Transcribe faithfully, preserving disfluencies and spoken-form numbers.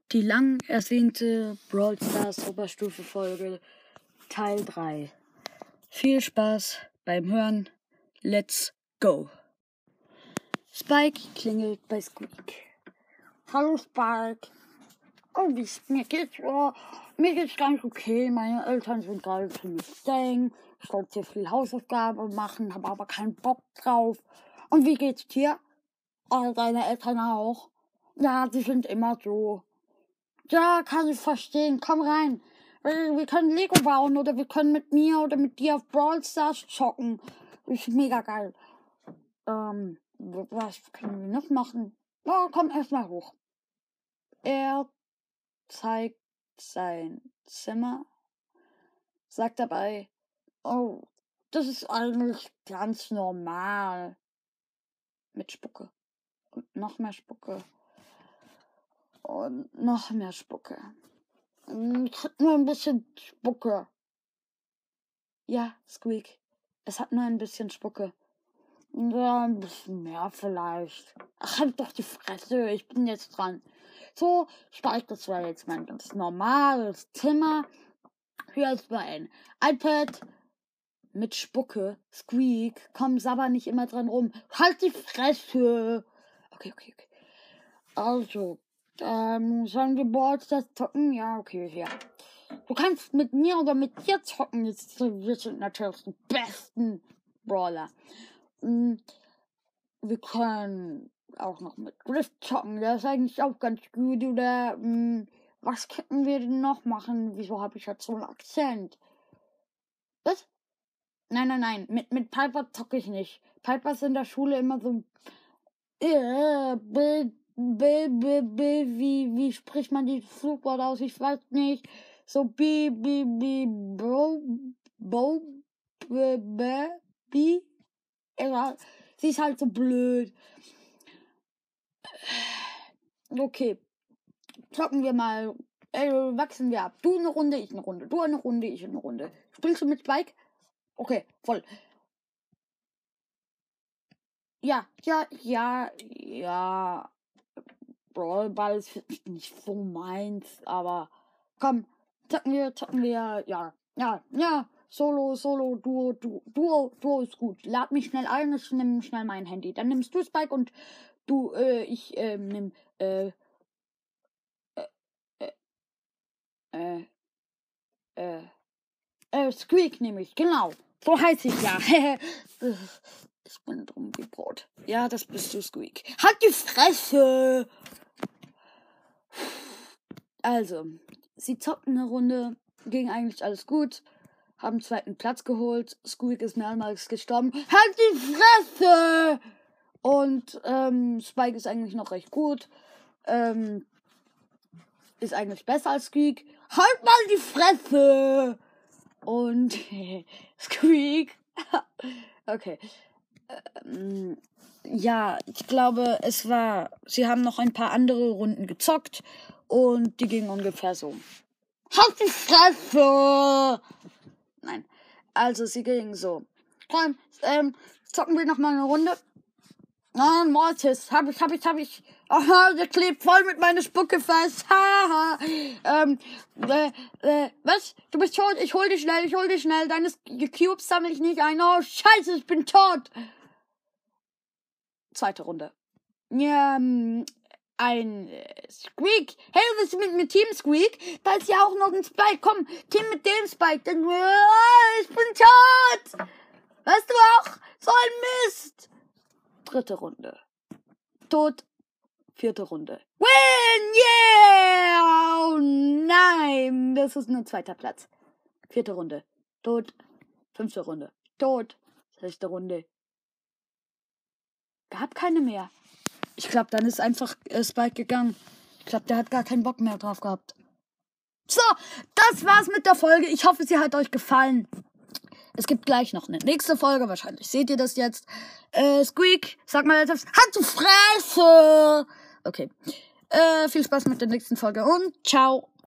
Die lang ersehnte Brawl Stars Oberstufe Folge Teil drei. Viel Spaß beim Hören. Let's go. Spike klingelt bei Squeak. Hallo Spike. Oh, wie mir geht's? Oh, mir geht's ganz okay. Meine Eltern sind gerade ziemlich streng. Ich sollte hier viel Hausaufgaben machen, habe aber keinen Bock drauf. Und wie geht's dir? Oh, deine Eltern auch? Ja, die sind immer so. Ja, kann ich verstehen. Komm rein. Wir, wir können Lego bauen oder wir können mit mir oder mit dir auf Brawl Stars zocken. Ist mega geil. Ähm, was können wir noch machen? Oh, komm erstmal hoch. Er zeigt sein Zimmer, sagt dabei, oh, das ist eigentlich ganz normal. Mit Spucke. Und noch mehr Spucke. Und noch mehr Spucke. Es hat nur ein bisschen Spucke. Ja, Squeak. Es hat nur ein bisschen Spucke. Ja, ein bisschen mehr vielleicht. Ach, halt doch die Fresse. Ich bin jetzt dran. So, Spike, das war jetzt mein ganz normales Zimmer. Hier ist mein iPad mit Spucke. Squeak, komm, sabber nicht immer dran rum. Halt die Fresse. Okay, okay, okay. Also, ähm, sollen wir Brawl Stars zocken? Ja, okay, ja. Du kannst mit mir oder mit dir zocken. Jetzt, wir sind natürlich die besten Brawler. Wir können auch noch mit Griff zocken. Der ist eigentlich auch ganz gut. Oder mh, was könnten wir denn noch machen? Wieso habe ich jetzt so einen Akzent? Was? Nein, nein, nein. Mit, mit Piper zocke ich nicht. Piper ist in der Schule immer so. Äh, b, b, b, b, wie, wie spricht man die Flugwort aus? Ich weiß nicht. So bi, bi, bi, bo, bo, b, b, bi. Ja, sie ist halt so blöd. Okay. Zocken wir mal. Äh, wachsen wir ab. Du eine Runde, ich eine Runde. Du eine Runde, ich eine Runde. Spielst du mit Spike? Okay, voll. Ja, ja, ja, ja. Brawlball ist nicht so meins, aber komm, zocken wir, zocken wir, ja, ja, ja. Solo, Solo, Duo, Duo, Duo, Duo ist gut. Lad mich schnell ein, ich nehme schnell mein Handy. Dann nimmst du Spike und du, äh, ich, äh, nimm, äh, äh, äh, äh, äh, Squeak nehme ich, genau. So heiße ich ja. Ich bin drum wie Brot. Ja, das bist du, Squeak. Halt die Fresse! Also, sie zockten eine Runde, ging eigentlich alles gut, haben zweiten Platz geholt, Squeak ist mehrmals gestorben. Halt die Fresse! Und ähm, Spike ist eigentlich noch recht gut, ähm, ist eigentlich besser als Squeak. Halt mal die Fresse! Und Squeak, okay, ähm, ja, ich glaube, es war, sie haben noch ein paar andere Runden gezockt und die gingen ungefähr so. Halt die Fresse! Nein, also sie gingen so. Komm, ähm, zocken wir noch mal eine Runde. Ah, Mortis, hab ich, hab ich, hab ich. Aha, der klebt voll mit meiner Spucke fest. Haha. ähm, äh, äh, was? Du bist tot? Ich hol dich schnell, ich hol dich schnell. Deine Cubes sammle ich nicht ein. Oh, scheiße, ich bin tot. Zweite Runde. Ja, ähm, ein äh, Squeak. Hey, was ist mit, mit Team Squeak? Da ist ja auch noch ein Spike. Komm, Team mit dem Spike. Dann, äh, ich bin tot. Weißt du auch? So ein Mist. Dritte Runde. Tot. Vierte Runde. Win! Yeah! Oh nein! Das ist nur zweiter Platz. Vierte Runde. Tot. Fünfte Runde. Tot. Sechste Runde. Gab keine mehr. Ich glaube, dann ist einfach äh, Spike gegangen. Ich glaube, der hat gar keinen Bock mehr drauf gehabt. So, das war's mit der Folge. Ich hoffe, sie hat euch gefallen. Es gibt gleich noch eine nächste Folge. Wahrscheinlich seht ihr das jetzt. Äh, Squeak, sag mal jetzt, halt die Fresse! Okay. Äh, viel Spaß mit der nächsten Folge und ciao.